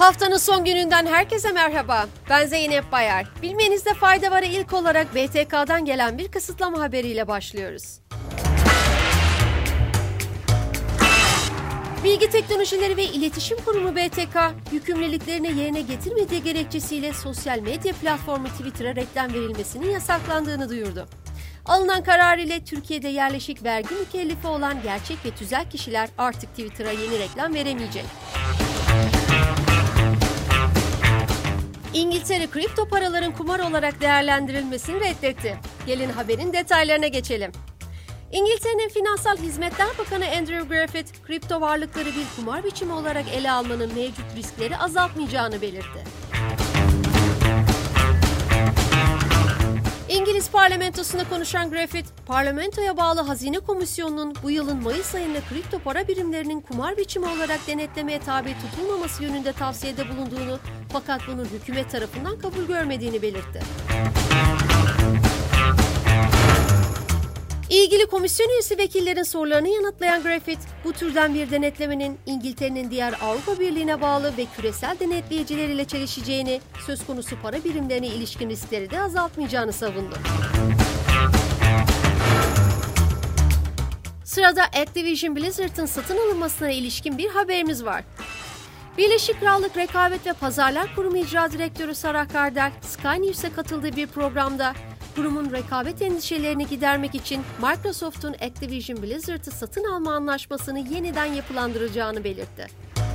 Haftanın son gününden herkese merhaba. Ben Zeynep Bayar. Bilmenizde fayda var'a ilk olarak BTK'dan gelen bir kısıtlama haberiyle başlıyoruz. Bilgi Teknolojileri ve İletişim Kurumu BTK, yükümlülüklerini yerine getirmediği gerekçesiyle sosyal medya platformu Twitter'a reklam verilmesinin yasaklandığını duyurdu. Alınan karar ile Türkiye'de yerleşik vergi mükellefi olan gerçek ve tüzel kişiler artık Twitter'a yeni reklam veremeyecek. İngiltere kripto paraların kumar olarak değerlendirilmesini reddetti. Gelin haberin detaylarına geçelim. İngiltere'nin Finansal Hizmetler Bakanı Andrew Griffith, kripto varlıkları bir kumar biçimi olarak ele almanın mevcut riskleri azaltmayacağını belirtti. İngiliz parlamentosunda konuşan Griffith, parlamentoya bağlı Hazine Komisyonu'nun bu yılın Mayıs ayında kripto para birimlerinin kumar biçimi olarak denetlemeye tabi tutulmaması yönünde tavsiyede bulunduğunu, fakat bunun hükümet tarafından kabul görmediğini belirtti. İlgili komisyon üyesi vekillerin sorularını yanıtlayan Griffith, bu türden bir denetlemenin İngiltere'nin diğer Avrupa Birliği'ne bağlı ve küresel denetleyiciler ile çelişeceğini, söz konusu para birimlerine ilişkin riskleri de azaltmayacağını savundu. Sırada Activision Blizzard'ın satın alınmasına ilişkin bir haberimiz var. Birleşik Krallık Rekabet ve Pazarlar Kurumu İcra Direktörü Sarah Gardner, Sky News'e katıldığı bir programda, kurumun rekabet endişelerini gidermek için Microsoft'un Activision Blizzard'ı satın alma anlaşmasını yeniden yapılandıracağını belirtti.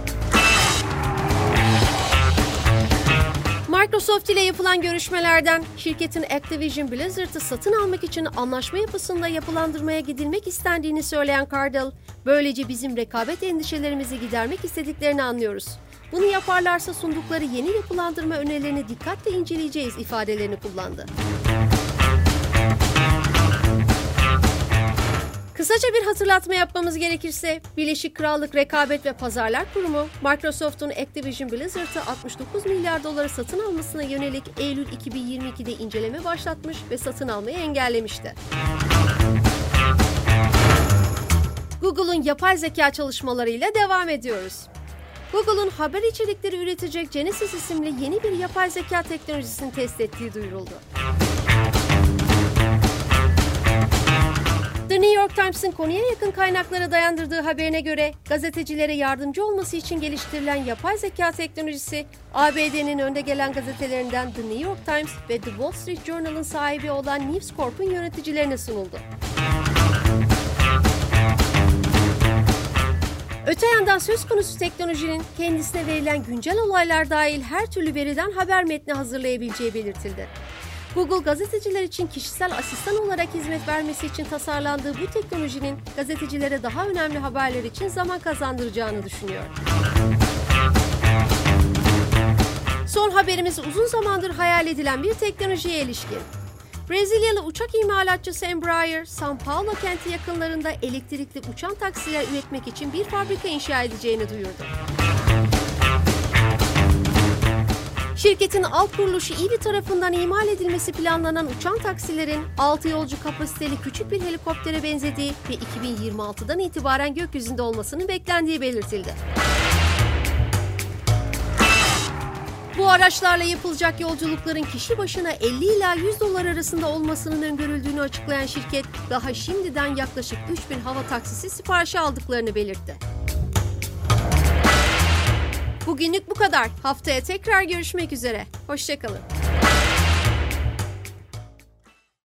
Microsoft ile yapılan görüşmelerden şirketin Activision Blizzard'ı satın almak için anlaşma yapısında yapılandırmaya gidilmek istendiğini söyleyen Cardell, böylece bizim rekabet endişelerimizi gidermek istediklerini anlıyoruz. Bunu yaparlarsa sundukları yeni yapılandırma önerilerini dikkatle inceleyeceğiz ifadelerini kullandı. Kısaca bir hatırlatma yapmamız gerekirse, Birleşik Krallık Rekabet ve Pazarlar Kurumu, Microsoft'un Activision Blizzard'ı 69 milyar dolara satın almasına yönelik Eylül 2022'de inceleme başlatmış ve satın almayı engellemişti. Google'un yapay zeka çalışmalarıyla devam ediyoruz. Google'un haber içerikleri üretecek Genesis isimli yeni bir yapay zeka teknolojisini test ettiği duyuruldu. The New York Times'ın konuya yakın kaynaklara dayandırdığı haberine göre, gazetecilere yardımcı olması için geliştirilen yapay zeka teknolojisi, ABD'nin önde gelen gazetelerinden The New York Times ve The Wall Street Journal'ın sahibi olan News Corp'un yöneticilerine sunuldu. Öte yandan söz konusu teknolojinin kendisine verilen güncel olaylar dahil her türlü veriden haber metni hazırlayabileceği belirtildi. Google, gazeteciler için kişisel asistan olarak hizmet vermesi için tasarlandığı bu teknolojinin gazetecilere daha önemli haberler için zaman kazandıracağını düşünüyor. Son haberimiz uzun zamandır hayal edilen bir teknolojiye ilişkin. Brezilyalı uçak imalatçısı Embraer, São Paulo kenti yakınlarında elektrikli uçan taksiler üretmek için bir fabrika inşa edeceğini duyurdu. Şirketin alt kuruluşu İBİ tarafından imal edilmesi planlanan uçan taksilerin 6 yolcu kapasiteli küçük bir helikoptere benzediği ve 2026'dan itibaren gökyüzünde olmasının beklendiği belirtildi. Bu araçlarla yapılacak yolculukların kişi başına 50 ila 100 dolar arasında olmasının öngörüldüğünü açıklayan şirket, daha şimdiden yaklaşık 3000 hava taksisi siparişi aldıklarını belirtti. Bugünlük bu kadar. Haftaya tekrar görüşmek üzere. Hoşça kalın.